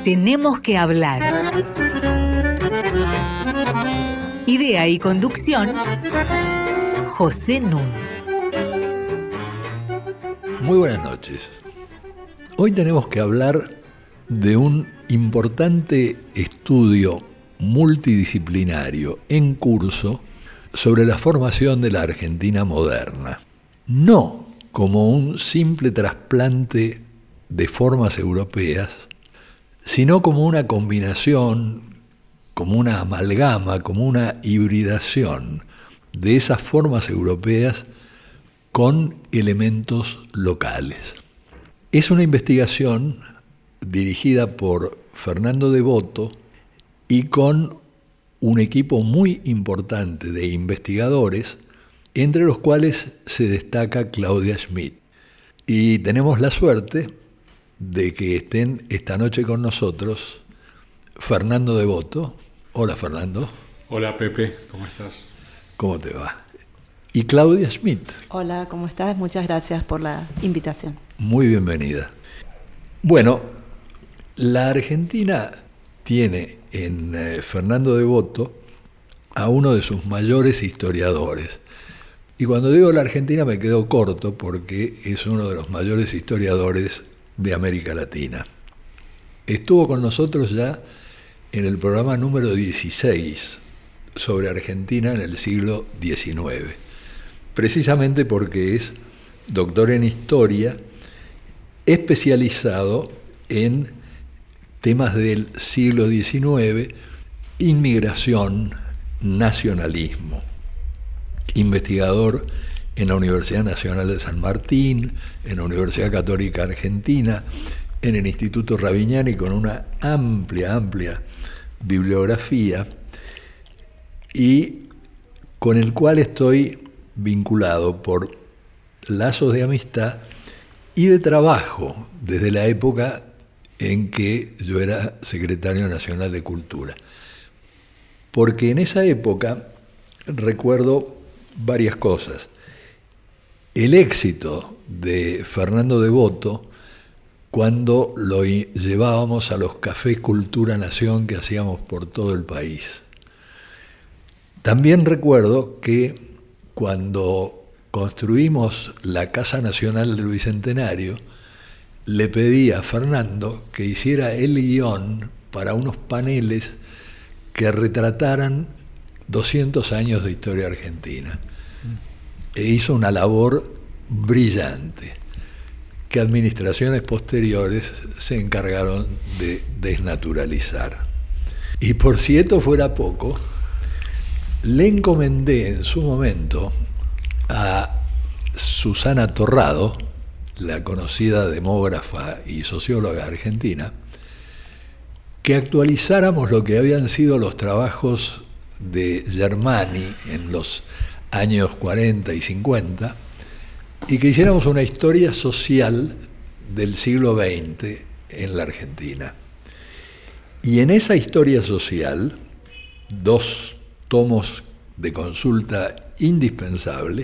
Tenemos que hablar. Idea y conducción, José Nun. Muy buenas noches. Hoy tenemos que hablar de un importante estudio multidisciplinario en curso sobre la formación de la Argentina moderna. No como un simple trasplante de formas europeas, sino como una combinación, como una amalgama, como una hibridación de esas formas europeas con elementos locales. Es una investigación dirigida por Fernando Devoto y con un equipo muy importante de investigadores, entre los cuales se destaca Claudia Schmidt. Y tenemos la suerte de que estén esta noche con nosotros Fernando Devoto. Hola, Fernando. Hola, Pepe, ¿cómo estás? ¿Cómo te va? Y Claudia Schmidt. Hola, ¿cómo estás? Muchas gracias por la invitación. Muy bienvenida. Bueno, la Argentina tiene en Fernando Devoto a uno de sus mayores historiadores. Y cuando digo la Argentina me quedo corto porque es uno de los mayores historiadores de América Latina. Estuvo con nosotros ya en el programa número 16 sobre Argentina en el siglo XIX, precisamente porque es doctor en historia, especializado en temas del siglo XIX, inmigración, nacionalismo. Investigador en la Universidad Nacional de San Martín, en la Universidad Católica Argentina, en el Instituto Ravignani, con una amplia bibliografía, y con el cual estoy vinculado por lazos de amistad y de trabajo desde la época en que yo era secretario nacional de Cultura. Porque en esa época recuerdo varias cosas. El éxito de Fernando Devoto cuando lo llevábamos a los cafés Cultura Nación que hacíamos por todo el país. También recuerdo que cuando construimos la Casa Nacional del Bicentenario, le pedí a Fernando que hiciera el guión para unos paneles que retrataran 200 años de historia argentina. E hizo una labor brillante que administraciones posteriores se encargaron de desnaturalizar. Y por si esto fuera poco, le encomendé en su momento a Susana Torrado, la conocida demógrafa y socióloga argentina, que actualizáramos lo que habían sido los trabajos de Germani en los años 40 y 50 y que hiciéramos una historia social del siglo XX en la Argentina. Y en esa historia social, 2 tomos de consulta indispensable,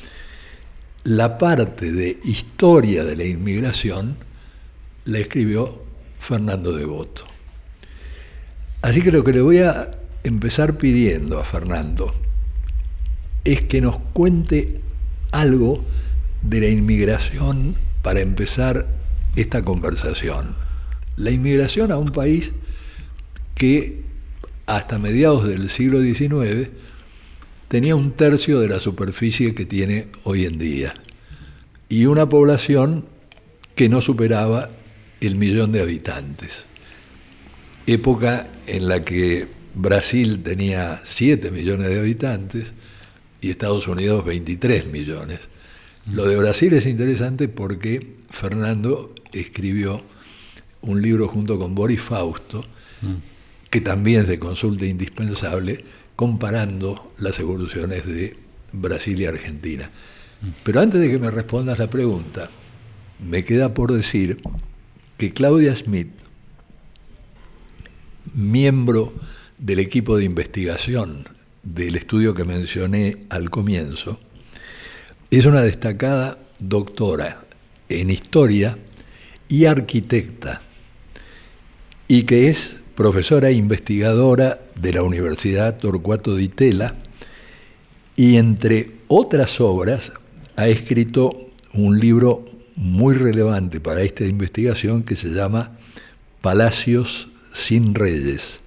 la parte de historia de la inmigración la escribió Fernando Devoto. Así que lo que le voy a empezar pidiendo a Fernando es que nos cuente algo de la inmigración para empezar esta conversación. La inmigración a un país que hasta mediados del siglo XIX tenía 1/3 de la superficie que tiene hoy en día y una población que no superaba el 1.000.000 de habitantes. Época en la que Brasil tenía 7 millones de habitantes y Estados Unidos 23 millones. Lo de Brasil es interesante porque Fernando escribió un libro junto con Boris Fausto, que también es de consulta indispensable, comparando las evoluciones de Brasil y Argentina. Pero antes de que me respondas la pregunta, me queda por decir que Claudia Schmidt, miembro del equipo de investigación del estudio que mencioné al comienzo, es una destacada doctora en historia y arquitecta. y que es profesora e investigadora de la Universidad Torcuato Di Tella, y entre otras obras ha escrito un libro muy relevante para esta investigación que se llama Palacios sin Reyes,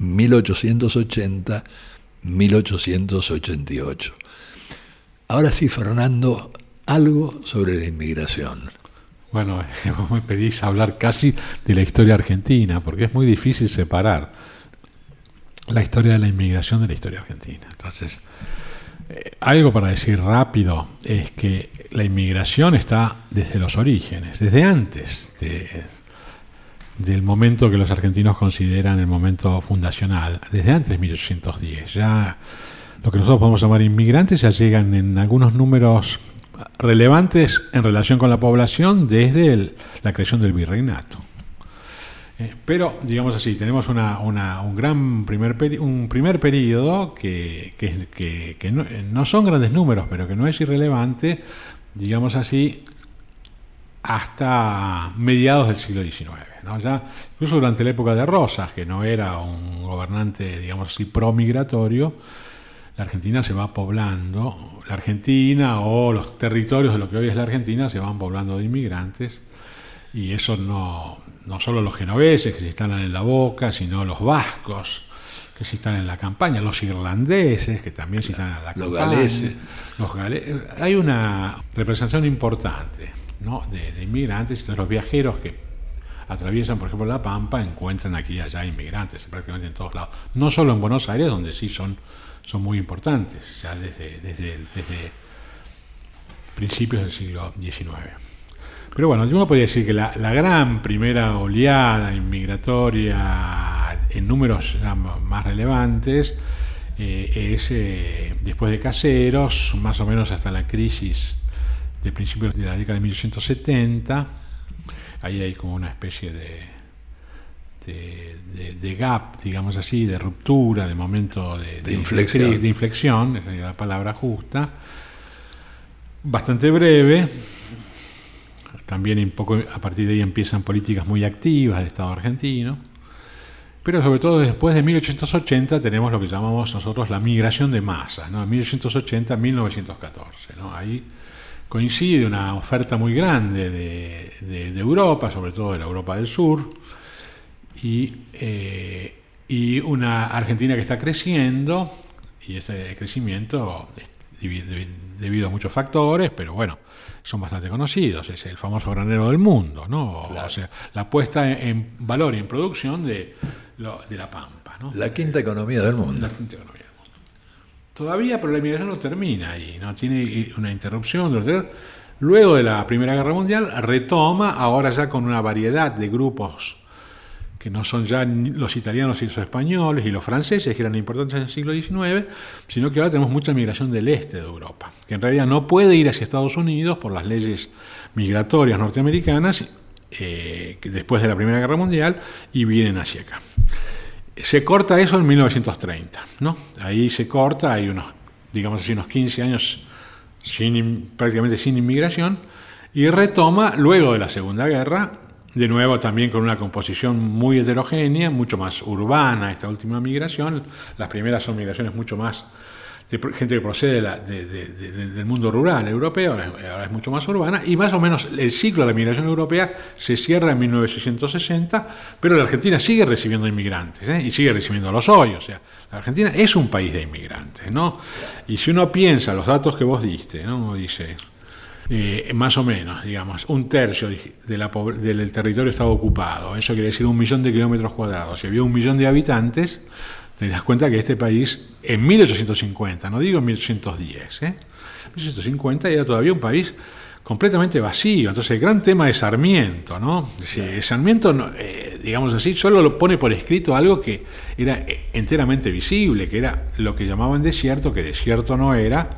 1880-1888. Ahora sí, Fernando, algo sobre la inmigración. Bueno, vos me pedís hablar casi de la historia argentina, porque es muy difícil separar la historia de la inmigración de la historia argentina. Entonces, algo para decir rápido es que la inmigración está desde los orígenes, desde antes del momento que los argentinos consideran el momento fundacional, desde antes de 1810. Ya lo que nosotros podemos llamar inmigrantes ya llegan en algunos números relevantes en relación con la población desde la creación del virreinato. Pero, digamos así, tenemos un gran primer periodo que no son grandes números, pero que no es irrelevante, digamos así, hasta mediados del siglo XIX, ¿no? Ya, incluso durante la época de Rosas, que no era un gobernante, digamos así, pro-migratorio, la Argentina se va poblando, la Argentina o los territorios de lo que hoy es la Argentina se van poblando de inmigrantes, y eso no solo los genoveses que se instalan en la Boca, sino los vascos que se instalan en la Campania, los irlandeses que también se instalan en la Campania, los galeses. Hay una representación importante, ¿no?, de inmigrantes. Entonces los viajeros que atraviesan, por ejemplo, la Pampa, encuentran aquí y allá inmigrantes prácticamente en todos lados, no solo en Buenos Aires, donde sí son muy importantes, ya desde principios del siglo XIX. Pero bueno, uno podría decir que la gran primera oleada inmigratoria en números ya más relevantes es después de Caseros, más o menos hasta la crisis de principios de la década de 1870. Ahí hay como una especie de gap, digamos así, de ruptura, de momento de inflexión, esa es la palabra justa, bastante breve. También un poco a partir de ahí empiezan políticas muy activas del Estado argentino, pero sobre todo después de 1880 tenemos lo que llamamos nosotros la migración de masas, ¿no? 1880 a 1914, ¿no? Ahí coincide una oferta muy grande de Europa, sobre todo de la Europa del Sur, y una Argentina que está creciendo, y ese crecimiento es debido a muchos factores, pero bueno, son bastante conocidos. Es el famoso granero del mundo, ¿no? Claro. O sea, la puesta en valor y en producción de la Pampa, ¿no? La quinta economía del mundo. La quinta economía del mundo. Todavía, pero la inmigración no termina ahí, ¿no? Tiene una interrupción. Luego de la Primera Guerra Mundial retoma, ahora ya con una variedad de grupos que no son ya los italianos y los españoles y los franceses, que eran importantes en el siglo XIX, sino que ahora tenemos mucha migración del este de Europa, que en realidad no puede ir hacia Estados Unidos por las leyes migratorias norteamericanas que después de la Primera Guerra Mundial, y vienen hacia acá. Se corta eso en 1930, ¿no? Ahí se corta, hay unos 15 años prácticamente sin inmigración, y retoma luego de la Segunda Guerra, de nuevo también con una composición muy heterogénea, mucho más urbana esta última migración. Las primeras son migraciones mucho más de gente que procede del mundo rural europeo, ahora es mucho más urbana, y más o menos el ciclo de la migración europea se cierra en 1960, pero la Argentina sigue recibiendo inmigrantes, y sigue recibiéndolos hoy. O sea, la Argentina es un país de inmigrantes, ¿no? Y si uno piensa los datos que vos diste, ¿no? Uno dice, más o menos, digamos, un tercio del territorio estaba ocupado. Eso quiere decir 1 millón de kilómetros cuadrados. Si había 1 millón de habitantes, te das cuenta que este país, en 1850, no digo en 1810, 1850 era todavía un país completamente vacío. Entonces el gran tema de Sarmiento, ¿no? Sí. Sarmiento, digamos así, solo lo pone por escrito algo que era enteramente visible, que era lo que llamaban desierto, que desierto no era,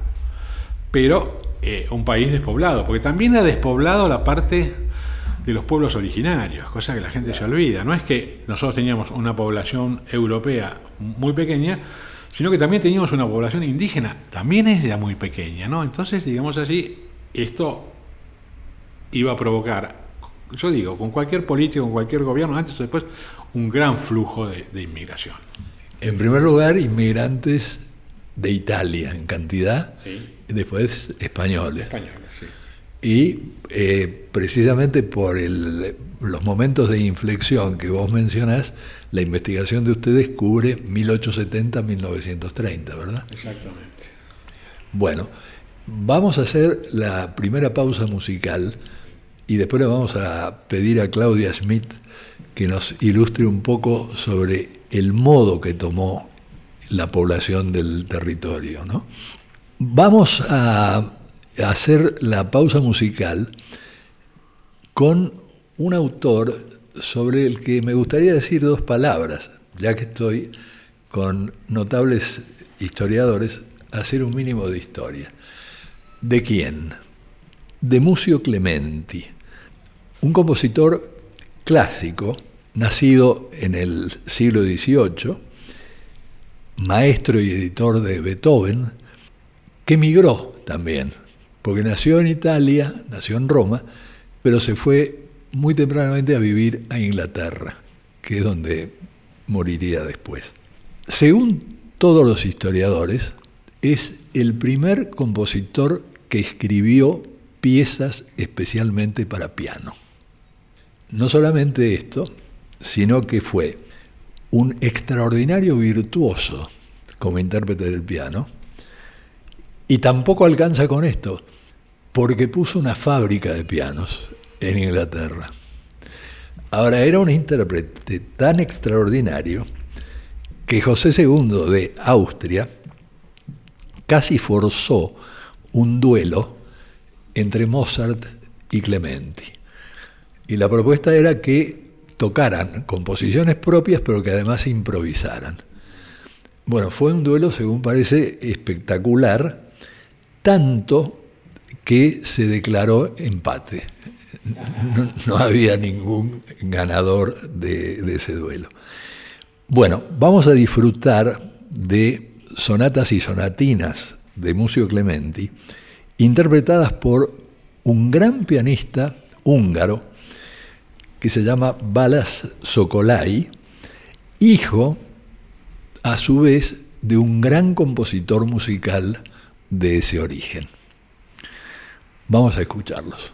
pero un país despoblado, porque también ha despoblado la parte de los pueblos originarios, cosa que la gente se olvida. No es que nosotros teníamos una población europea muy pequeña, sino que también teníamos una población indígena, también es ya muy pequeña, ¿no? Entonces, digamos así, esto iba a provocar yo digo, con cualquier político, con cualquier gobierno, antes o después, un gran flujo de inmigración. En primer lugar, inmigrantes de Italia en cantidad, Sí. y después españoles. Españoles, sí. Y precisamente por los momentos de inflexión que vos mencionás, la investigación de ustedes cubre 1870-1930, ¿verdad? Exactamente. Bueno, vamos a hacer la primera pausa musical y después le vamos a pedir a Claudia Schmidt que nos ilustre un poco sobre el modo que tomó la población del territorio, ¿no? Vamos a hacer la pausa musical con un autor sobre el que me gustaría decir dos palabras, ya que estoy con notables historiadores, hacer un mínimo de historia. ¿De quién? De Muzio Clementi, un compositor clásico, nacido en el siglo XVIII, maestro y editor de Beethoven, que emigró también, porque nació en Italia, nació en Roma, pero se fue muy tempranamente a vivir a Inglaterra, que es donde moriría después. Según todos los historiadores, es el primer compositor que escribió piezas especialmente para piano. No solamente esto, sino que fue un extraordinario virtuoso como intérprete del piano, y tampoco alcanza con esto, porque puso una fábrica de pianos en Inglaterra. Ahora, era un intérprete tan extraordinario que José II de Austria casi forzó un duelo entre Mozart y Clementi. Y la propuesta era que tocaran composiciones propias, pero que además improvisaran. Bueno, fue un duelo, según parece, espectacular, tanto que se declaró empate. No había ningún ganador de ese duelo. Bueno, vamos a disfrutar de sonatas y sonatinas de Muzio Clementi, interpretadas por un gran pianista húngaro que se llama Balázs Szokolay, hijo, a su vez, de un gran compositor musical de ese origen. Vamos a escucharlos.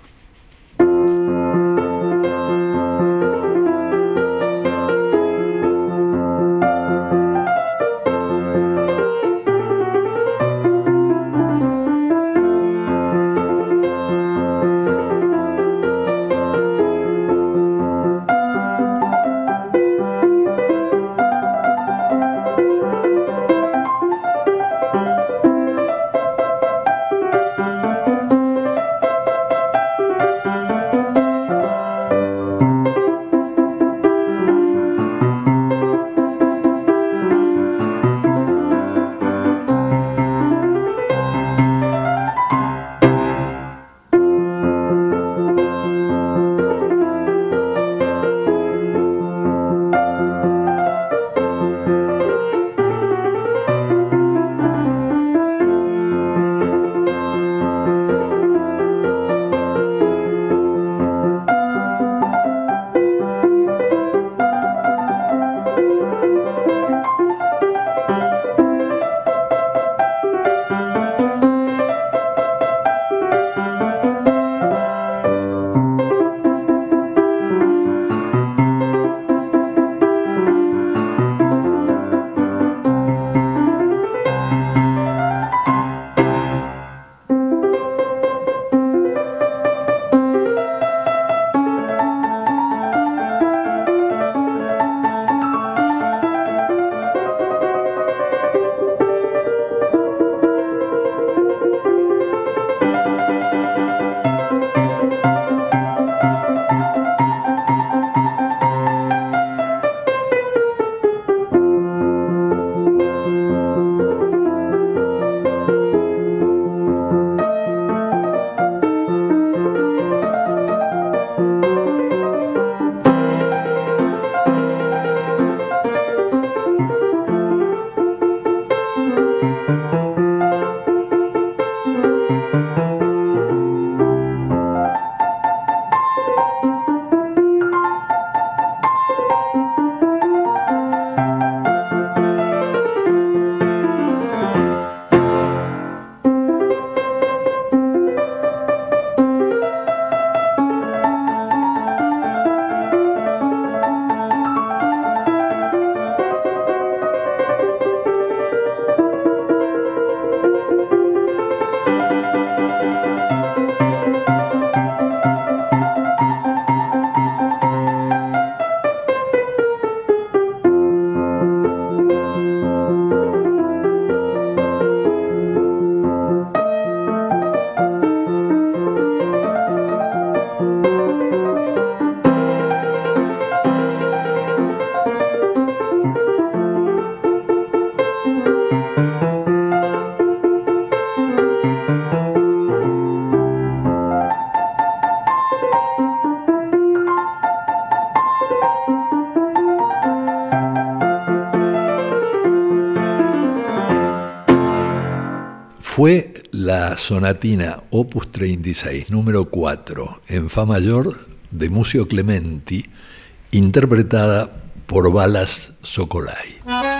fue la sonatina Opus 36, número 4, en fa mayor, de Muzio Clementi, interpretada por Balas Sokolai.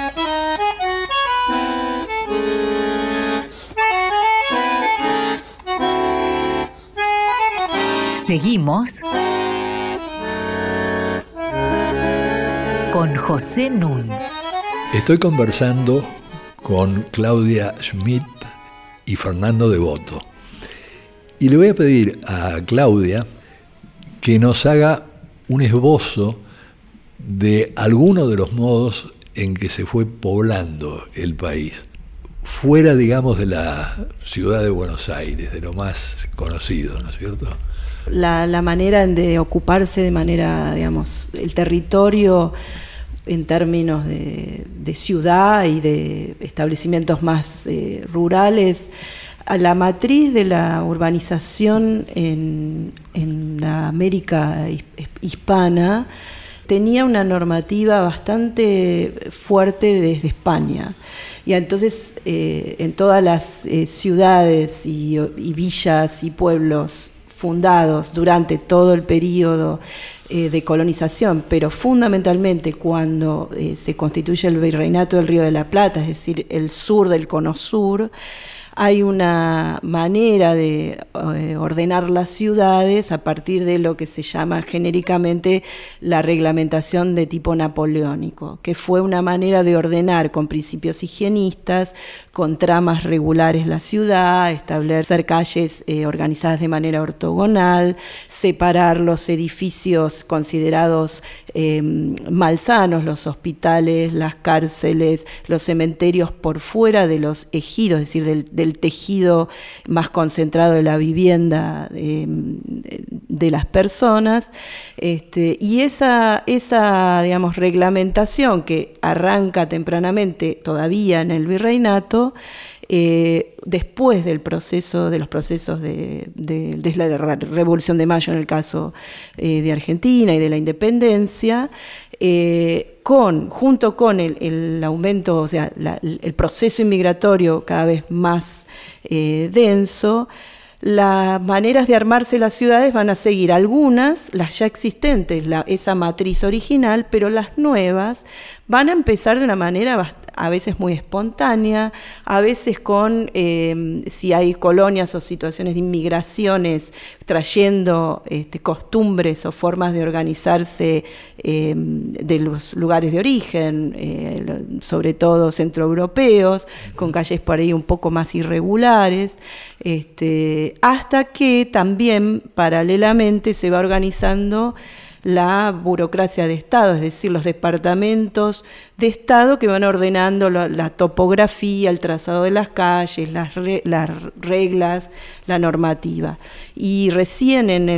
Seguimos con José Nun. Estoy conversando con Claudia Schmidt y Fernando Devoto. Y le voy a pedir a Claudia que nos haga un esbozo de algunos de los modos en que se fue poblando el país, fuera, digamos, de la ciudad de Buenos Aires, de lo más conocido, ¿no es cierto? La manera de ocuparse de manera, digamos, el territorio en términos de ciudad y de establecimientos más rurales, a la matriz de la urbanización en la América hispana tenía una normativa bastante fuerte desde España. Y entonces en todas las ciudades y villas y pueblos fundados durante todo el periodo de colonización, pero fundamentalmente cuando se constituye el Virreinato del Río de la Plata, es decir, el sur del Cono Sur, hay una manera de ordenar las ciudades a partir de lo que se llama genéricamente la reglamentación de tipo napoleónico, que fue una manera de ordenar con principios higienistas, con tramas regulares la ciudad, establecer calles organizadas de manera ortogonal, separar los edificios considerados malsanos, los hospitales, las cárceles, los cementerios por fuera de los ejidos, es decir, del tejido más concentrado de la vivienda de las personas, y esa digamos, reglamentación que arranca tempranamente todavía en el virreinato, después de los procesos de la Revolución de Mayo en el caso de Argentina y de la independencia, junto con el aumento, o sea, el proceso inmigratorio cada vez más denso, las maneras de armarse las ciudades van a seguir algunas, las ya existentes, esa matriz original, pero las nuevas van a empezar de una manera a veces muy espontánea, a veces con, si hay colonias o situaciones de inmigraciones, trayendo costumbres o formas de organizarse de los lugares de origen, sobre todo centroeuropeos, con calles por ahí un poco más irregulares, hasta que también paralelamente se va organizando la burocracia de Estado, es decir, los departamentos de Estado que van ordenando la topografía, el trazado de las calles, las reglas, la normativa. Y recién en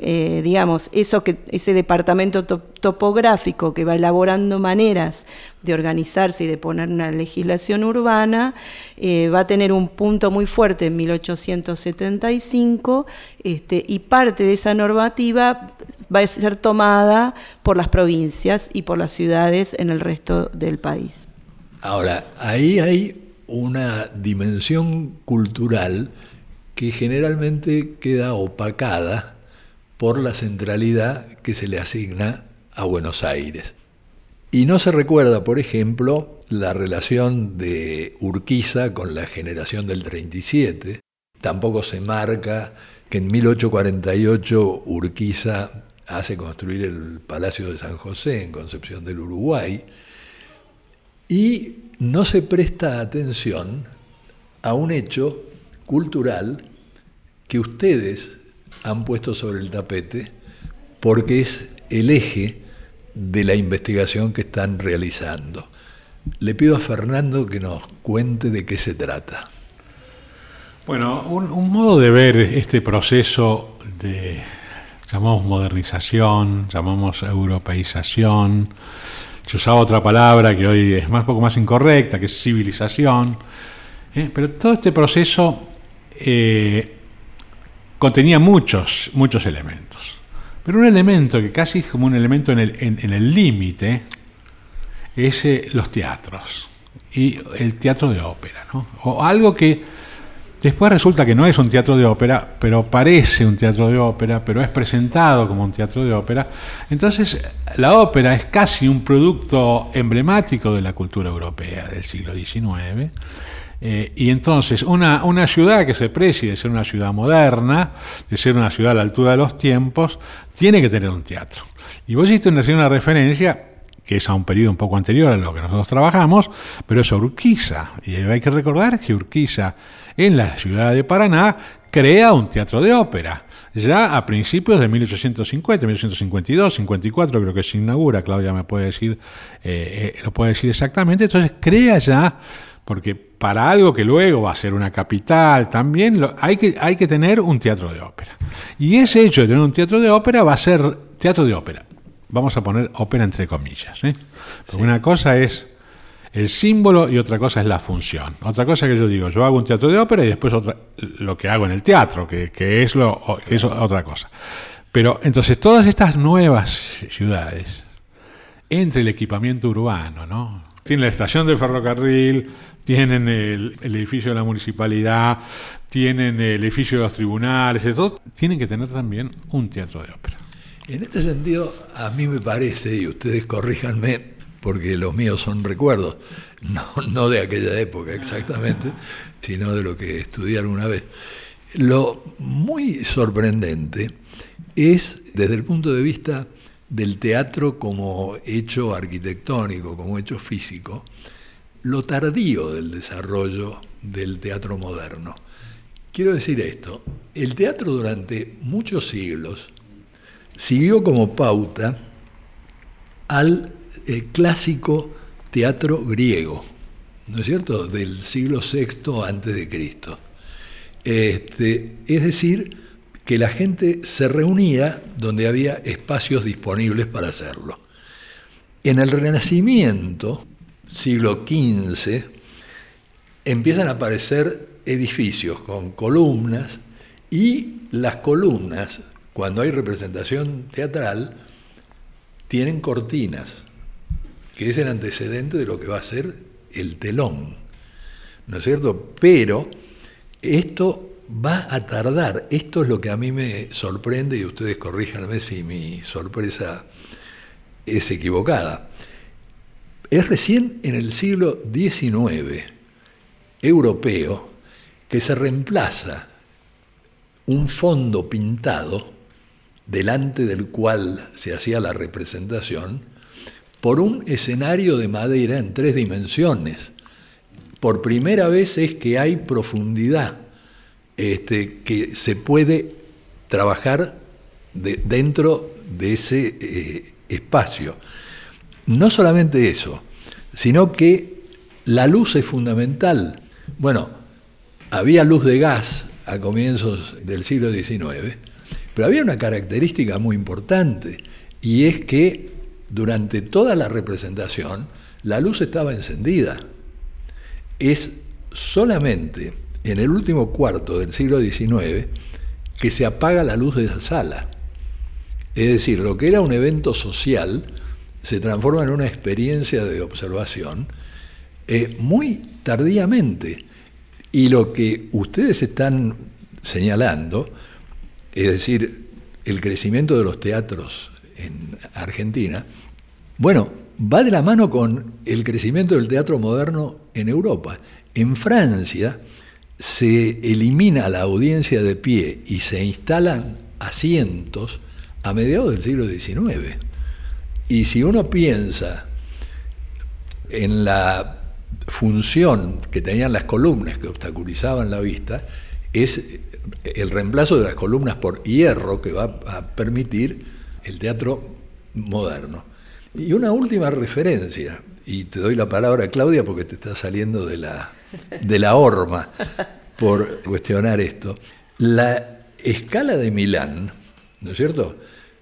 ese departamento topográfico que va elaborando maneras de organizarse y de poner una legislación urbana, va a tener un punto muy fuerte en 1875, y parte de esa normativa va a ser tomada por las provincias y por las ciudades en el resto del país. Ahora, ahí hay una dimensión cultural que generalmente queda opacada por la centralidad que se le asigna a Buenos Aires. Y no se recuerda, por ejemplo, la relación de Urquiza con la generación del 37. Tampoco se marca que en 1848 Urquiza hace construir el Palacio de San José en Concepción del Uruguay. Y no se presta atención a un hecho cultural que ustedes han puesto sobre el tapete porque es el eje de la investigación que están realizando. Le pido a Fernando que nos cuente de qué se trata. Bueno, un modo de ver este proceso de, llamamos modernización, llamamos europeización, se usaba otra palabra que hoy es un poco más incorrecta, que es civilización, pero todo este proceso contenía muchos elementos. Pero un elemento que casi es como un elemento en el límite es los teatros y el teatro de ópera, ¿no? O algo que Después resulta que no es un teatro de ópera, pero parece un teatro de ópera, pero es presentado como un teatro de ópera. Entonces, la ópera es casi un producto emblemático de la cultura europea del siglo XIX. Y entonces, una ciudad que se precie de ser una ciudad moderna, de ser una ciudad a la altura de los tiempos, tiene que tener un teatro. Y vos hiciste una referencia que es a un periodo un poco anterior a lo que nosotros trabajamos, pero es a Urquiza. Y hay que recordar que Urquiza, en la ciudad de Paraná, crea un teatro de ópera. Ya a principios de 1850, 1852, 54 creo que se inaugura, Claudia me puede decir, lo puede decir exactamente. Entonces crea ya, porque para algo que luego va a ser una capital también, hay que tener un teatro de ópera. Y ese hecho de tener un teatro de ópera va a ser teatro de ópera. Vamos a poner ópera entre comillas, ¿eh? Porque una cosa es el símbolo y otra cosa es la función. Otra cosa que yo digo, yo hago un teatro de ópera y después lo que hago en el teatro, que es otra cosa. Pero entonces todas estas nuevas ciudades, entre el equipamiento urbano, ¿no? Tienen la estación del ferrocarril, tienen el edificio de la municipalidad, tienen el edificio de los tribunales, todo, tienen que tener también un teatro de ópera. En este sentido, a mí me parece, y ustedes corríjanme, porque los míos son recuerdos, no de aquella época exactamente, sino de lo que estudié alguna vez. Lo muy sorprendente es, desde el punto de vista del teatro como hecho arquitectónico, como hecho físico, lo tardío del desarrollo del teatro moderno. Quiero decir esto, el teatro durante muchos siglos siguió como pauta al clásico teatro griego, ¿no es cierto?, del siglo VI antes de Cristo. Es decir, que la gente se reunía donde había espacios disponibles para hacerlo. En el Renacimiento, siglo XV, empiezan a aparecer edificios con columnas, y las columnas, cuando hay representación teatral, tienen cortinas, que es el antecedente de lo que va a ser el telón, ¿no es cierto? Pero esto va a tardar. Esto es lo que a mí me sorprende, y ustedes corríjanme si mi sorpresa es equivocada. Es recién en el siglo XIX europeo que se reemplaza un fondo pintado delante del cual se hacía la representación por un escenario de madera en 3 dimensiones. Por primera vez es que hay profundidad, que se puede trabajar dentro de ese espacio. No solamente eso, sino que la luz es fundamental. Bueno, había luz de gas a comienzos del siglo XIX, pero había una característica muy importante, y es que durante toda la representación la luz estaba encendida. Es solamente en el último cuarto del siglo XIX que se apaga la luz de esa sala. Es decir, lo que era un evento social se transforma en una experiencia de observación muy tardíamente. Y lo que ustedes están señalando, es decir, el crecimiento de los teatros en Argentina, bueno, va de la mano con el crecimiento del teatro moderno en Europa. En Francia se elimina la audiencia de pie y se instalan asientos a mediados del siglo XIX. Y si uno piensa en la función que tenían las columnas que obstaculizaban la vista, es el reemplazo de las columnas por hierro que va a permitir el teatro moderno. Y una última referencia, y te doy la palabra, Claudia, porque te está saliendo de la horma por cuestionar esto. La Scala de Milán, ¿no es cierto?,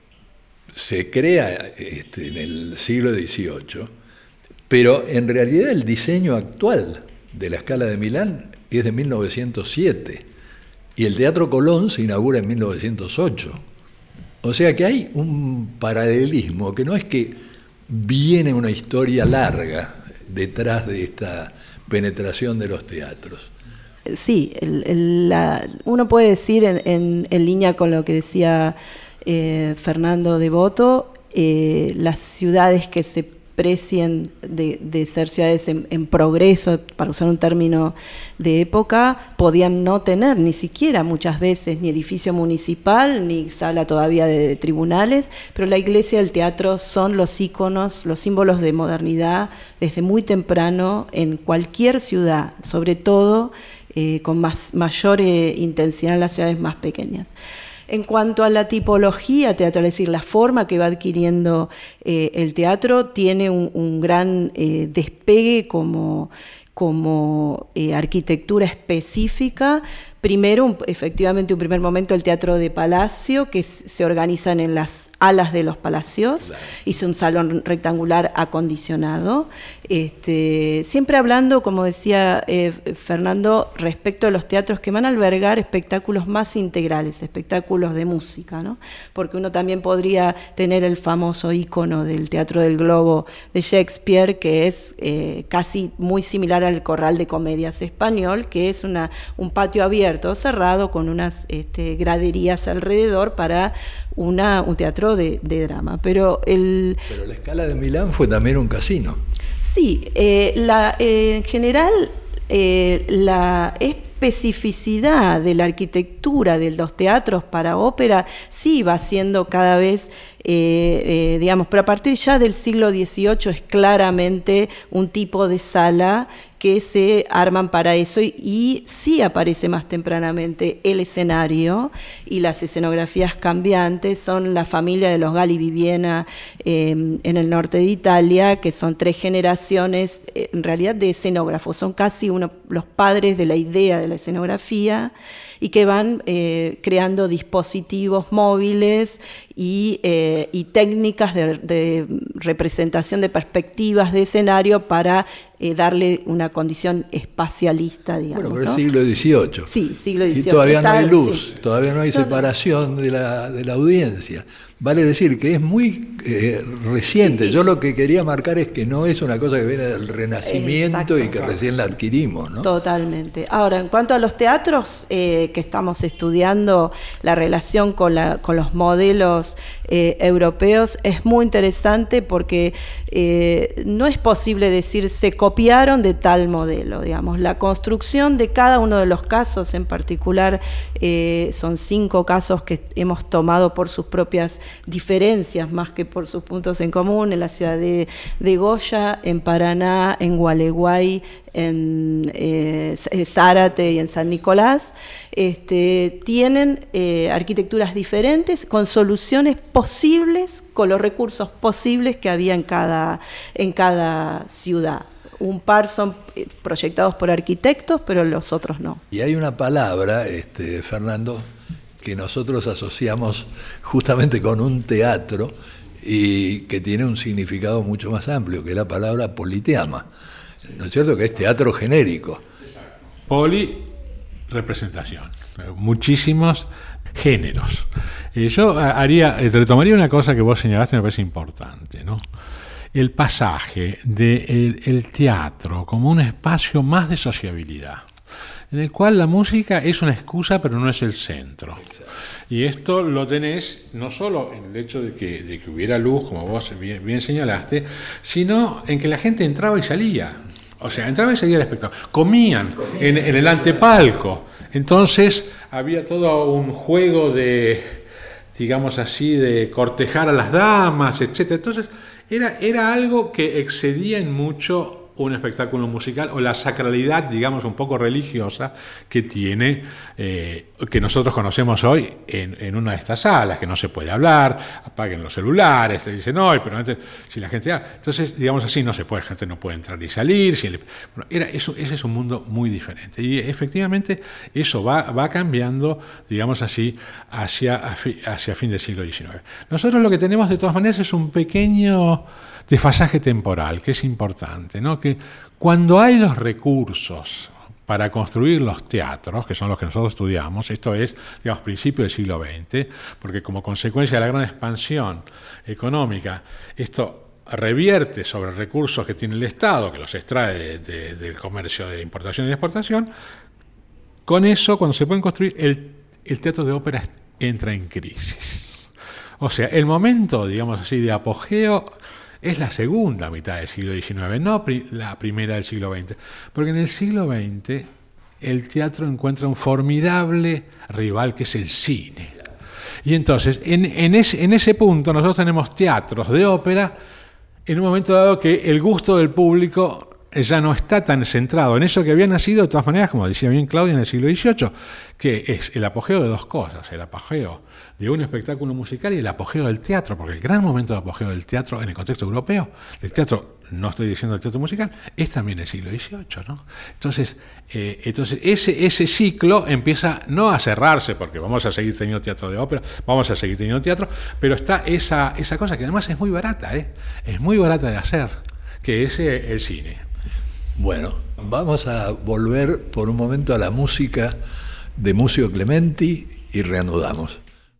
se crea en el siglo XVIII, pero en realidad el diseño actual de la Scala de Milán es de 1907, y el Teatro Colón se inaugura en 1908. O sea que hay un paralelismo, que no es que viene una historia larga detrás de esta penetración de los teatros. sí, uno puede decir en línea con lo que decía Fernando Devoto, las ciudades que se precien de ser ciudades en progreso, para usar un término de época, podían no tener ni siquiera muchas veces ni edificio municipal, ni sala todavía de tribunales, pero la iglesia y el teatro son los íconos, los símbolos de modernidad desde muy temprano en cualquier ciudad, sobre todo con mayor intensidad en las ciudades más pequeñas. En cuanto a la tipología teatral, es decir, la forma que va adquiriendo el teatro, tiene un gran despegue como arquitectura específica. Primero, efectivamente, un primer momento, el teatro de palacio, que se organizan en las alas de los palacios, claro. Hizo un salón rectangular acondicionado, siempre hablando, como decía Fernando, respecto a los teatros que van a albergar espectáculos más integrales, espectáculos de música, ¿no? Porque uno también podría tener el famoso ícono del Teatro del Globo de Shakespeare, que es casi muy similar al Corral de Comedias español, que es un patio abierto, cerrado, con unas graderías alrededor para un teatro de drama. Pero la Scala de Milán fue también un casino. Sí, en general la especificidad de la arquitectura de los teatros para ópera sí va siendo cada vez, pero a partir ya del siglo XVIII es claramente un tipo de sala que se arman para eso y sí aparece más tempranamente el escenario y las escenografías cambiantes. Son la familia de los Galli Viviena en el norte de Italia, que son 3 generaciones en realidad de escenógrafos, son casi los padres de la idea de la escenografía, y que van creando dispositivos móviles y técnicas de representación de perspectivas de escenario para darle una condición espacialista, digamos. Bueno, pero ¿no? es siglo XVIII. Sí, siglo XVIII. Y todavía no hay luz, sí. Todavía no hay separación de la audiencia. Vale decir que es muy reciente. Sí, sí. Yo lo que quería marcar es que no es una cosa que viene del Renacimiento. Exacto. Y que recién la adquirimos, ¿no? Totalmente. Ahora, en cuanto a los teatros que estamos estudiando, la relación con los modelos europeos es muy interesante, porque no es posible decir se copiaron de tal modelo, digamos. La construcción de cada uno de los casos, en particular son 5 casos que hemos tomado por sus propias diferencias más que por sus puntos en común, en la ciudad de Goya, en Paraná, en Gualeguay, en Zárate y en San Nicolás, tienen arquitecturas diferentes con soluciones posibles, con los recursos posibles que había en cada ciudad. Un par son proyectados por arquitectos, pero los otros no. Y hay una palabra, Fernando, que nosotros asociamos justamente con un teatro y que tiene un significado mucho más amplio, que es la palabra politeama. ¿No es cierto? Que es teatro genérico. Poli, representación. Muchísimos géneros. Yo retomaría una cosa que vos señalaste, me parece importante, ¿no? El pasaje del teatro como un espacio más de sociabilidad, en el cual la música es una excusa, pero no es el centro. Y esto lo tenés no solo en el hecho de que hubiera luz, como vos bien señalaste, sino en que la gente entraba y salía. O sea, entraba y salía el espectáculo. Comían en el antepalco. Entonces había todo un juego de, digamos así, de cortejar a las damas, etc. Entonces era algo que excedía en mucho un espectáculo musical, o la sacralidad, digamos, un poco religiosa que tiene, que nosotros conocemos hoy en una de estas salas, que no se puede hablar, apaguen los celulares, te dicen, no, pero antes, si la gente habla, entonces, digamos así, no se puede, la gente no puede entrar y salir, ese es un mundo muy diferente, y efectivamente eso va cambiando, digamos así, hacia fin del siglo XIX. Nosotros lo que tenemos de todas maneras es un pequeño desfasaje temporal, que es importante, ¿no? Que cuando hay los recursos para construir los teatros, que son los que nosotros estudiamos, esto es, digamos, principios del siglo XX, porque como consecuencia de la gran expansión económica, esto revierte sobre recursos que tiene el Estado, que los extrae del comercio de importación y de exportación, con eso, cuando se pueden construir, el teatro de ópera entra en crisis. O sea, el momento, digamos así, de apogeo es la segunda mitad del siglo XIX, no la primera del siglo XX. Porque en el siglo XX el teatro encuentra un formidable rival que es el cine. Y entonces, en ese punto, nosotros tenemos teatros de ópera en un momento dado que el gusto del público ya no está tan centrado en eso que había nacido, de todas maneras, como decía bien Claudia, en el siglo XVIII, que es el apogeo de dos cosas, el apogeo de un espectáculo musical y el apogeo del teatro, porque el gran momento de apogeo del teatro en el contexto europeo, del teatro, no estoy diciendo el teatro musical, es también el siglo XVIII, ¿no? Entonces ese ciclo empieza no a cerrarse, porque vamos a seguir teniendo teatro de ópera, vamos a seguir teniendo teatro, pero está esa cosa que además es muy barata, es muy barata de hacer, que es el cine. Bueno, vamos a volver por un momento a la música de Muzio Clementi y reanudamos.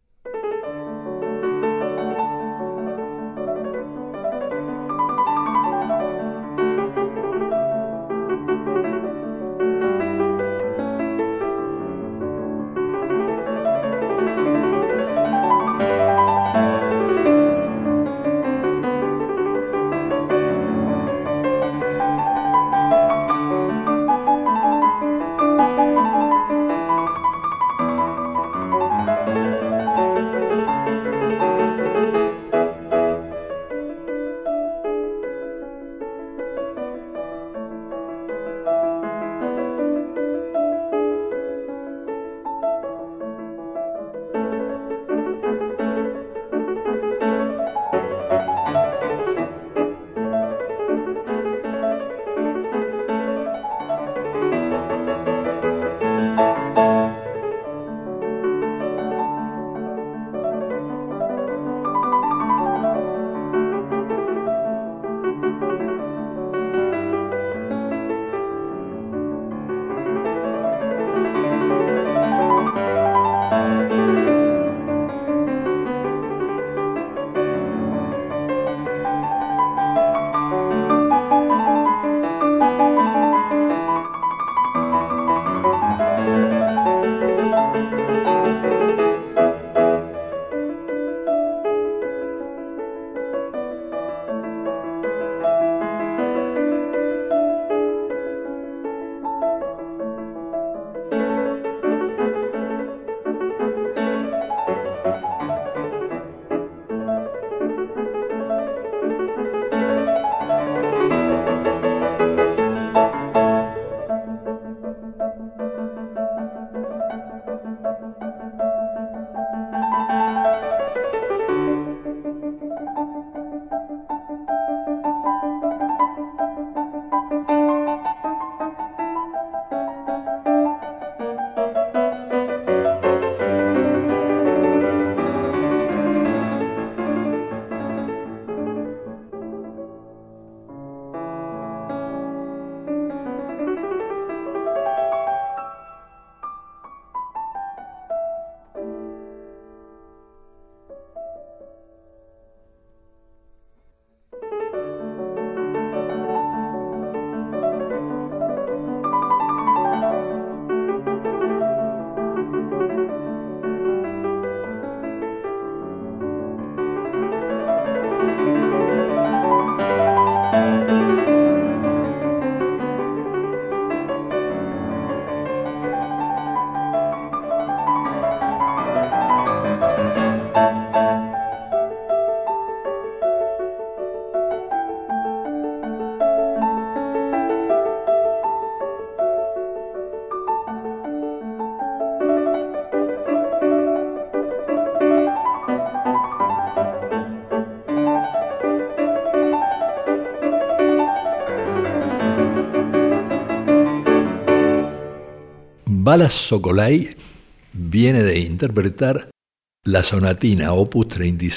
Balas Sokolay viene de interpretar la sonatina Opus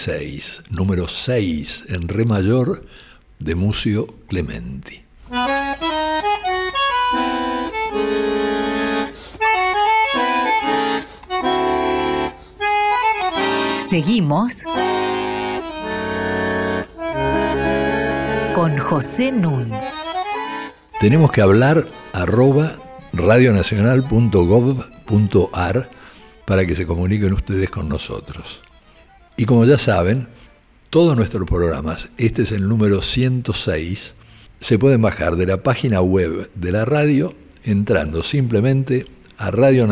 36, número 6 en re mayor de Muzio Clementi. Seguimos con José Nun. Tenemos que hablar radionacional.gov.ar para que se comuniquen ustedes con nosotros. Y como ya saben, todos nuestros programas, este es el número 106, se pueden bajar de la página web de la radio entrando simplemente a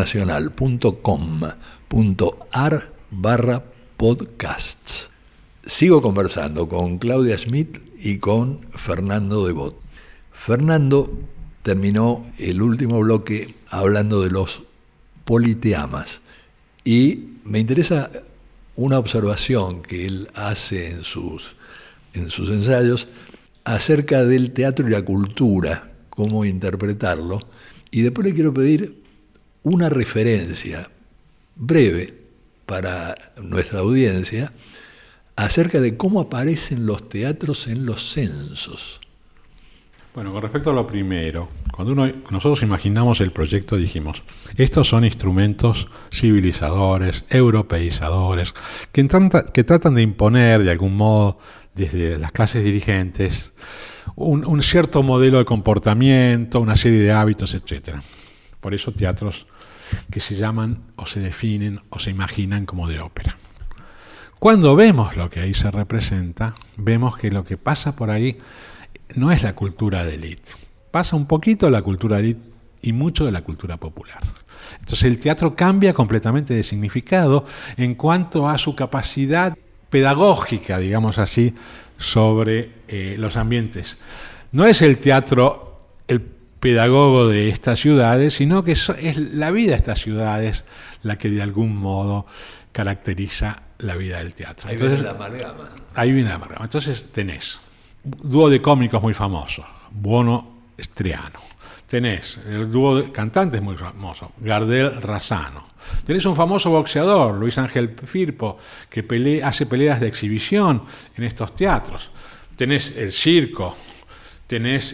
radionacional.com.ar/podcasts. Sigo conversando con Claudia Schmidt y con Fernando Devot. Fernando terminó el último bloque hablando de los politeamas y me interesa una observación que él hace en sus ensayos acerca del teatro y la cultura, cómo interpretarlo, y después le quiero pedir una referencia breve para nuestra audiencia acerca de cómo aparecen los teatros en los censos. Bueno, con respecto a lo primero, cuando nosotros imaginamos el proyecto dijimos, estos son instrumentos civilizadores, europeizadores, que tratan de imponer de algún modo desde las clases dirigentes un cierto modelo de comportamiento, una serie de hábitos, etc. Por eso teatros que se llaman o se definen o se imaginan como de ópera. Cuando vemos lo que ahí se representa, vemos que lo que pasa por ahí no es la cultura de élite. Pasa un poquito la cultura de élite y mucho de la cultura popular. Entonces el teatro cambia completamente de significado en cuanto a su capacidad pedagógica, digamos así, sobre los ambientes. No es el teatro el pedagogo de estas ciudades, sino que es la vida de estas ciudades la que de algún modo caracteriza la vida del teatro. Ahí viene la amalgama. Ahí viene la amalgama. Entonces tenés dúo de cómicos muy famoso, Buono Striano. Tenés el dúo de cantantes muy famoso, Gardel Razzano. Tenés un famoso boxeador, Luis Ángel Firpo, que hace peleas de exhibición en estos teatros. Tenés el circo, tenés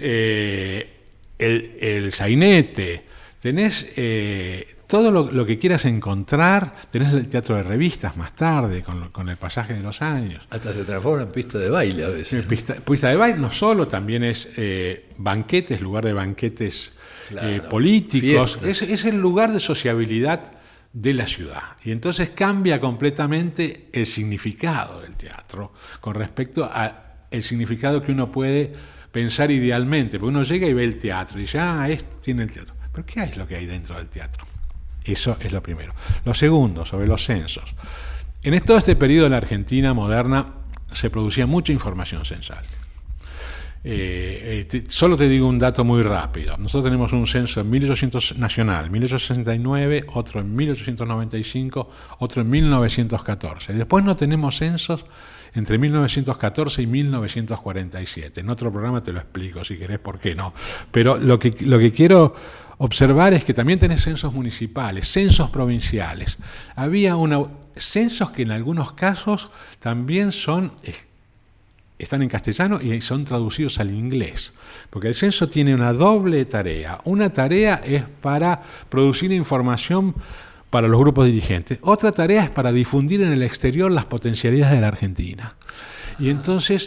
el sainete, tenés todo lo que quieras encontrar. Tenés el teatro de revistas más tarde, con el pasaje de los años. Hasta se transforma en pista de baile a veces. Pista de baile no solo, también es banquetes, lugar de banquetes, claro, políticos. Es el lugar de sociabilidad de la ciudad. Y entonces cambia completamente el significado del teatro con respecto al significado que uno puede pensar idealmente. Porque uno llega y ve el teatro y dice, esto tiene el teatro. ¿Pero qué es lo que hay dentro del teatro? Eso es lo primero. Lo segundo, sobre los censos. En todo este periodo de la Argentina moderna se producía mucha información censal. Solo te digo un dato muy rápido. Nosotros tenemos un censo en 1800 nacional, 1869, otro en 1895, otro en 1914. Después no tenemos censos entre 1914 y 1947. En otro programa te lo explico, si querés, por qué no. Pero lo que quiero observar es que también tenés censos municipales, censos provinciales. Había censos que en algunos casos también están en castellano y son traducidos al inglés. Porque el censo tiene una doble tarea. Una tarea es para producir información para los grupos dirigentes. Otra tarea es para difundir en el exterior las potencialidades de la Argentina. Y entonces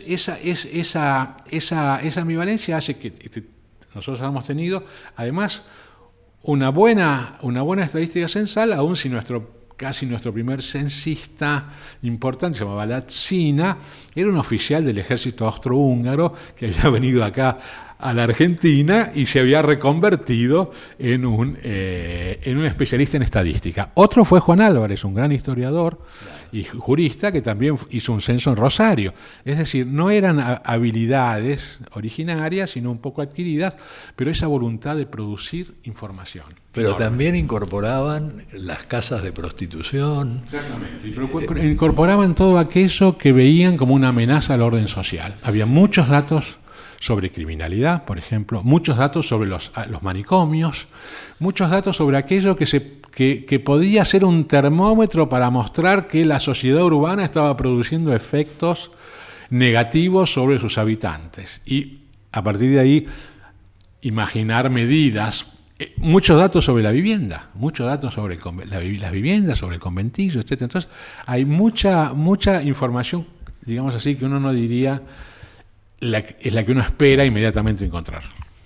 esa ambivalencia hace que nosotros hayamos tenido, además, una buena estadística censal, aun si casi nuestro primer censista importante, se llamaba Lazzina, era un oficial del ejército austrohúngaro que había venido acá a la Argentina y se había reconvertido en un especialista en estadística. Otro fue Juan Álvarez, un gran historiador y jurista que también hizo un censo en Rosario. Es decir, no eran habilidades originarias, sino un poco adquiridas, pero esa voluntad de producir información. Pero enorme. También incorporaban las casas de prostitución. Exactamente. Incorporaban todo aquello que veían como una amenaza al orden social. Había muchos datos sobre criminalidad, por ejemplo, muchos datos sobre los manicomios, muchos datos sobre aquello que podía ser un termómetro para mostrar que la sociedad urbana estaba produciendo efectos negativos sobre sus habitantes. Y a partir de ahí, imaginar medidas, muchos datos sobre la vivienda, muchos datos sobre las viviendas, sobre el conventillo, etc. Entonces, hay mucha información, digamos así, que uno no diría es la que uno espera inmediatamente encontrar.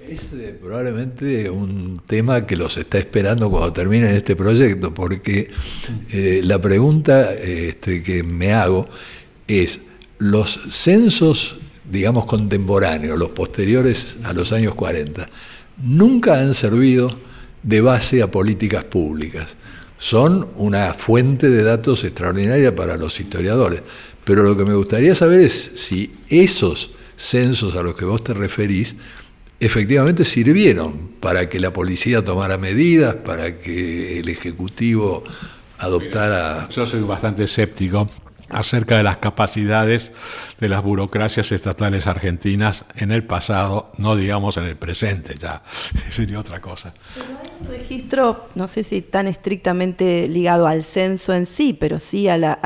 Es probablemente un tema que los está esperando cuando terminen este proyecto, porque la pregunta que me hago es, los censos, digamos, contemporáneos, los posteriores a los años 40, nunca han servido de base a políticas públicas. Son una fuente de datos extraordinaria para los historiadores, pero lo que me gustaría saber es si esos censos a los que vos te referís efectivamente sirvieron para que la policía tomara medidas, para que el Ejecutivo adoptara... Yo soy bastante escéptico acerca de las capacidades de las burocracias estatales argentinas en el pasado, no digamos en el presente, ya sería otra cosa. Pero hay un registro, no sé si tan estrictamente ligado al censo en sí, pero sí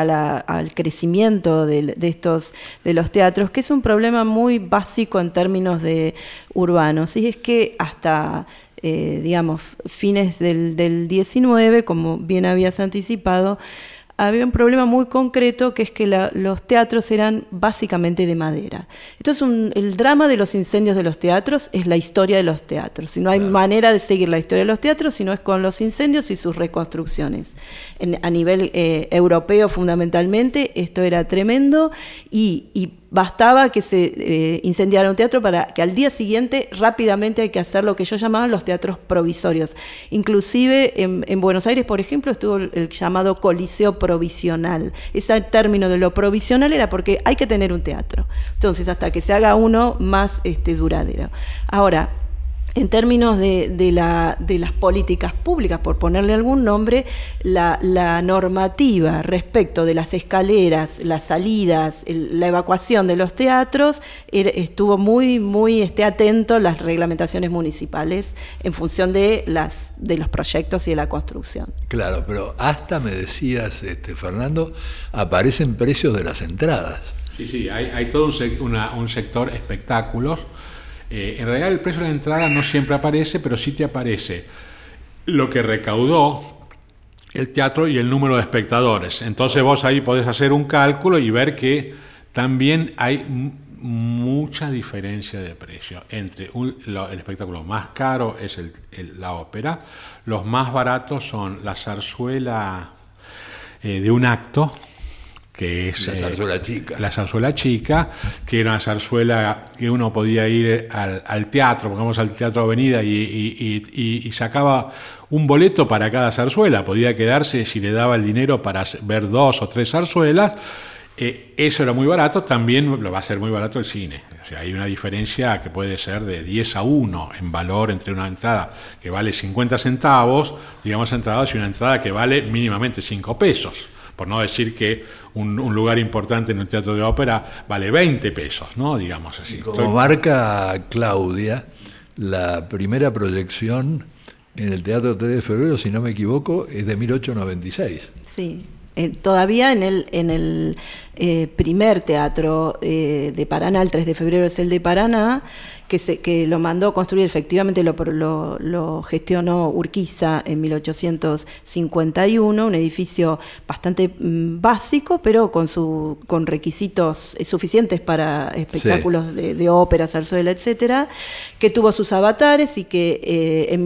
al crecimiento de los teatros, que es un problema muy básico en términos de urbanos, y es que hasta digamos fines del 19, como bien habías anticipado, había un problema muy concreto, que es que los teatros eran básicamente de madera. Entonces el drama de los incendios de los teatros es la historia de los teatros. Si no hay manera de seguir la historia de los teatros, si no es con los incendios y sus reconstrucciones. A nivel europeo fundamentalmente, esto era tremendo, y bastaba que se incendiara un teatro para que al día siguiente rápidamente hay que hacer lo que ellos llamaban los teatros provisorios. Inclusive en Buenos Aires, por ejemplo, estuvo el llamado Coliseo Provisional. Ese término de lo provisional era porque hay que tener un teatro. Entonces, hasta que se haga uno más duradero. Ahora, en términos de las políticas públicas, por ponerle algún nombre, la normativa respecto de las escaleras, las salidas, la evacuación de los teatros, estuvo muy atento a las reglamentaciones municipales en función de los proyectos y de la construcción. Claro, pero hasta, me decías, Fernando, aparecen precios de las entradas. Sí, hay todo un sector espectáculos. En realidad el precio de la entrada no siempre aparece, pero sí te aparece lo que recaudó el teatro y el número de espectadores. Entonces vos ahí podés hacer un cálculo y ver que también hay mucha diferencia de precio entre el espectáculo más caro es la ópera, los más baratos son la zarzuela de un acto, que es la zarzuela chica. La zarzuela chica, que era una zarzuela que uno podía ir al teatro, pongamos al Teatro Avenida, y sacaba un boleto para cada zarzuela, podía quedarse si le daba el dinero para ver 2 o 3 zarzuelas. Eso era muy barato, también lo va a ser muy barato el cine. O sea, hay una diferencia que puede ser de 10-1 en valor entre una entrada que vale 50 centavos, digamos, entradas, y una entrada que vale mínimamente 5 pesos. Por no decir que un lugar importante en el teatro de ópera vale 20 pesos, ¿no? Digamos así. Como marca Claudia, la primera proyección en el Teatro 3 de Febrero, si no me equivoco, es de 1896. Sí. Todavía en el primer teatro de Paraná, el 3 de febrero es el de Paraná, que lo mandó construir, efectivamente lo gestionó Urquiza en 1851, un edificio bastante básico, pero con requisitos suficientes para espectáculos de ópera, zarzuela, etcétera, que tuvo sus avatares y que en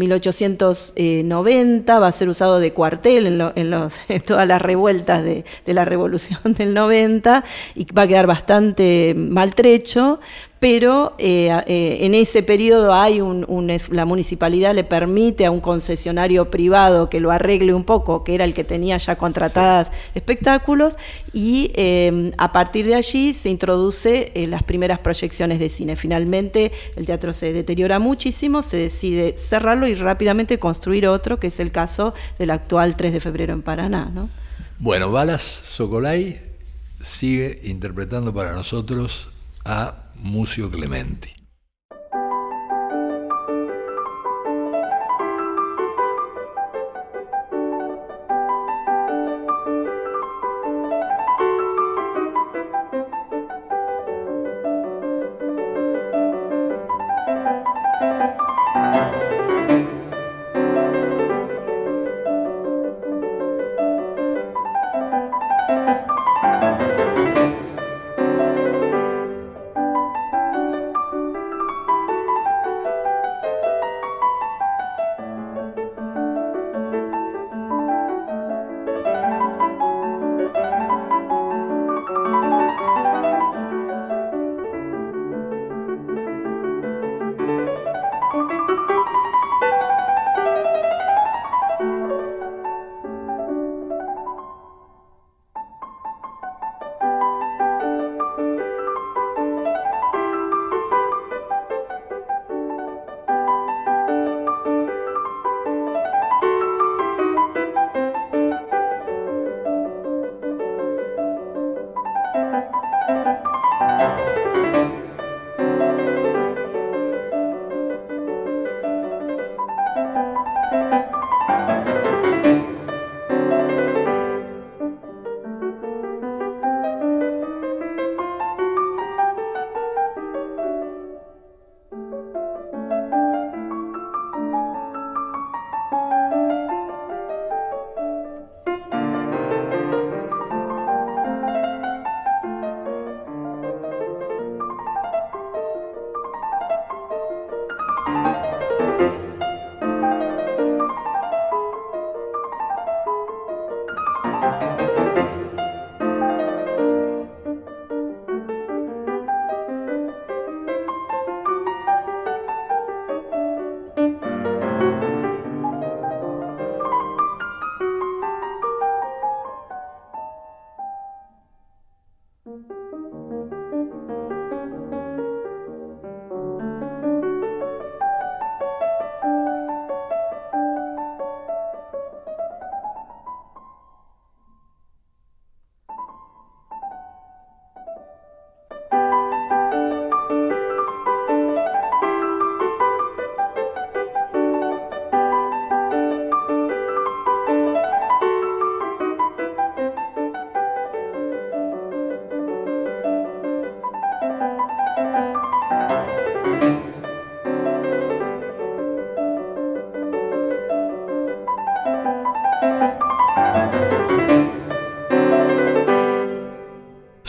1890 va a ser usado de cuartel en todas las revueltas de la Revolución del 90, y va a quedar bastante maltrecho, pero en ese periodo hay la municipalidad le permite a un concesionario privado que lo arregle un poco, que era el que tenía ya contratadas espectáculos, y a partir de allí se introduce las primeras proyecciones de cine. Finalmente el teatro se deteriora muchísimo, se decide cerrarlo y rápidamente construir otro, que es el caso del actual 3 de febrero en Paraná, ¿no? Bueno, Balas Socolay sigue interpretando para nosotros a Muzio Clementi.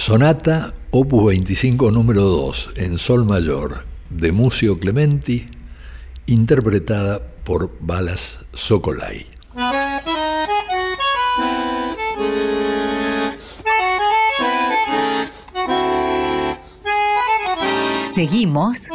Sonata Opus 25 número 2 en Sol mayor de Muzio Clementi, interpretada por Balas Sokolai. Seguimos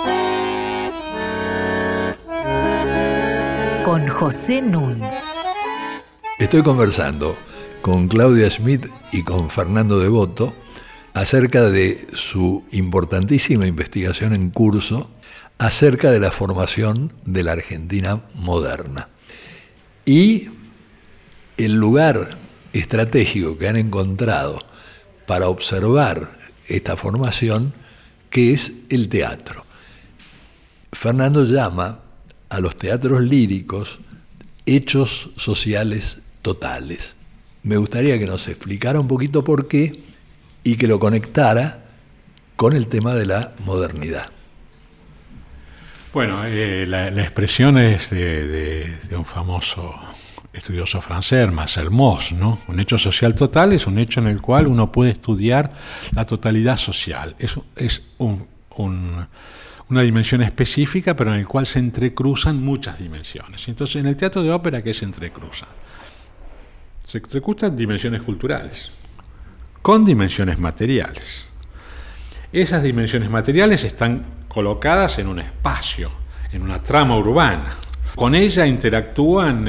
con José Nun. Estoy conversando con Claudia Schmidt y con Fernando Devoto acerca de su importantísima investigación en curso acerca de la formación de la Argentina moderna y el lugar estratégico que han encontrado para observar esta formación, que es el teatro. Fernando llama a los teatros líricos hechos sociales totales. Me gustaría que nos explicara un poquito por qué y que lo conectara con el tema de la modernidad. Bueno, la expresión es de un famoso estudioso francés, Marcel Mauss, ¿no? Un hecho social total es un hecho en el cual uno puede estudiar la totalidad social. Es una dimensión específica, pero en el cual se entrecruzan muchas dimensiones. Entonces, en el teatro de ópera, ¿qué se entrecruza? Se entrecruzan dimensiones culturales con dimensiones materiales. Esas dimensiones materiales están colocadas en un espacio, en una trama urbana. Con ella interactúan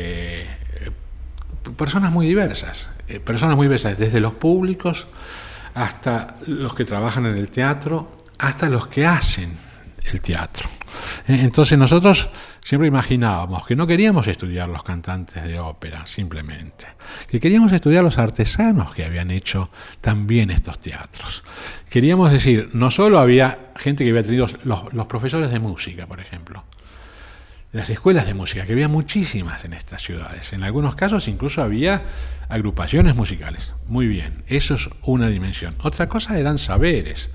personas muy diversas, desde los públicos hasta los que trabajan en el teatro, hasta los que hacen el teatro. Entonces nosotros siempre imaginábamos que no queríamos estudiar los cantantes de ópera simplemente, que queríamos estudiar los artesanos que habían hecho también estos teatros. Queríamos decir, no solo había gente que había tenido los profesores de música, por ejemplo, las escuelas de música, que había muchísimas en estas ciudades. En algunos casos incluso había agrupaciones musicales. Muy bien, eso es una dimensión. Otra cosa eran saberes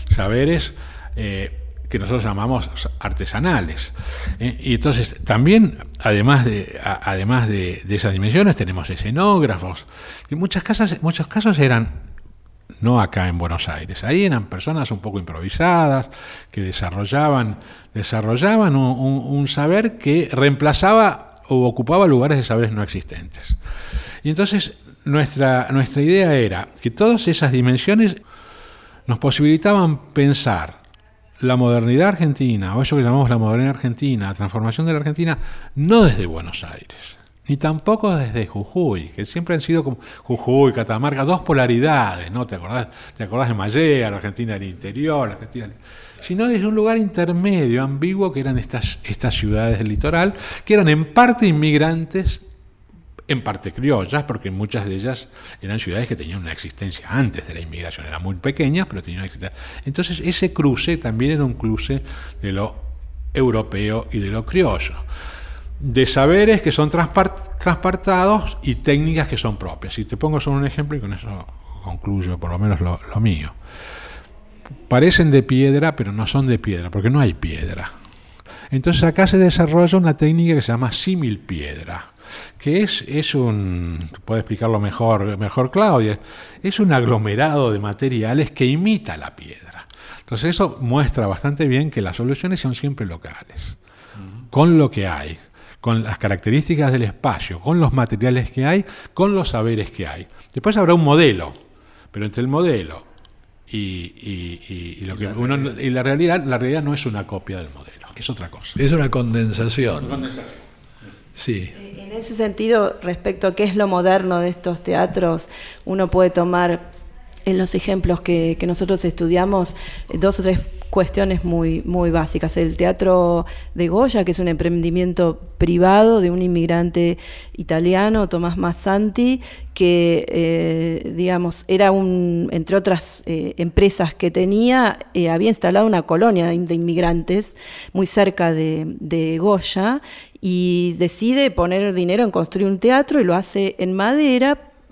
que nosotros llamamos artesanales. Y entonces también, además de esas dimensiones, tenemos escenógrafos. En muchos casos eran, no acá en Buenos Aires, ahí eran personas un poco improvisadas, que desarrollaban un saber que reemplazaba o ocupaba lugares de saberes no existentes. Y entonces nuestra idea era que todas esas dimensiones nos posibilitaban pensar la modernidad argentina, o eso que llamamos la modernidad argentina, la transformación de la Argentina, no desde Buenos Aires, ni tampoco desde Jujuy, que siempre han sido como Jujuy, Catamarca, dos polaridades, ¿no? ¿Te acordás de Mallea, la Argentina del interior, sino desde un lugar intermedio, ambiguo, que eran estas ciudades del litoral, que eran en parte inmigrantes, en parte criollas, porque muchas de ellas eran ciudades que tenían una existencia antes de la inmigración, eran muy pequeñas, pero tenían una existencia. Entonces ese cruce también era un cruce de lo europeo y de lo criollo, de saberes que son transportados y técnicas que son propias. Y te pongo solo un ejemplo y con eso concluyo por lo menos lo mío. Parecen de piedra, pero no son de piedra, porque no hay piedra. Entonces acá se desarrolla una técnica que se llama símil piedra, que es un, puede explicarlo mejor Claudia, es un aglomerado de materiales que imita la piedra. Entonces eso muestra bastante bien que las soluciones son siempre locales, con lo que hay, con las características del espacio, con los materiales que hay, con los saberes que hay. Después habrá un modelo, pero entre el modelo y lo que y la realidad no es una copia del modelo, es otra cosa. Es una condensación. Sí. En ese sentido, respecto a qué es lo moderno de estos teatros, uno puede tomar en los ejemplos que nosotros estudiamos dos o tres cuestiones muy, muy básicas. El teatro de Goya, que es un emprendimiento privado de un inmigrante italiano, Tomás Massanti, que era entre otras empresas que tenía, había instalado una colonia de inmigrantes muy cerca de Goya, y decide poner dinero en construir un teatro y lo hace en madera,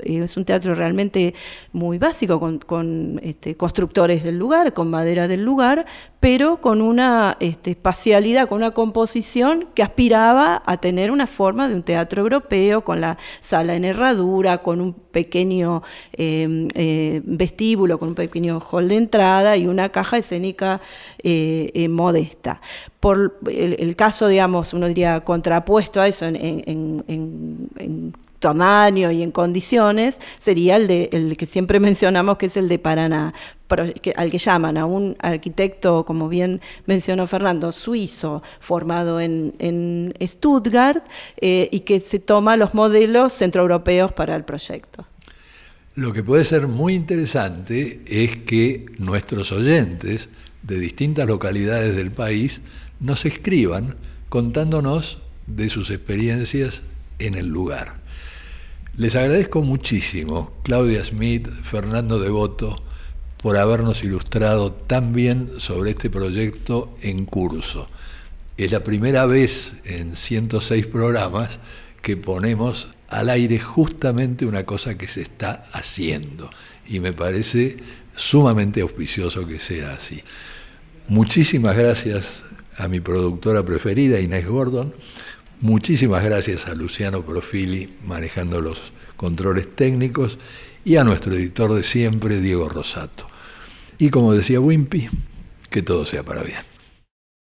es un teatro realmente muy básico, con constructores del lugar, con madera del lugar, pero con una espacialidad, con una composición que aspiraba a tener una forma de un teatro europeo, con la sala en herradura, con un pequeño vestíbulo, con un pequeño hall de entrada y una caja escénica modesta. Por el caso, digamos, uno diría contrapuesto a eso en tamaño y en condiciones, sería el que siempre mencionamos, que es el de Paraná, al que llaman a un arquitecto, como bien mencionó Fernando, suizo, formado en Stuttgart, y que se toma los modelos centroeuropeos para el proyecto. Lo que puede ser muy interesante es que nuestros oyentes de distintas localidades del país nos escriban contándonos de sus experiencias en el lugar. Les agradezco muchísimo, Claudia Schmidt, Fernando Devoto, por habernos ilustrado tan bien sobre este proyecto en curso. Es la primera vez en 106 programas que ponemos al aire justamente una cosa que se está haciendo, y me parece sumamente auspicioso que sea así. Muchísimas gracias a mi productora preferida, Inés Gordon. Muchísimas gracias a Luciano Profili manejando los controles técnicos y a nuestro editor de siempre, Diego Rosato. Y como decía Wimpy, que todo sea para bien.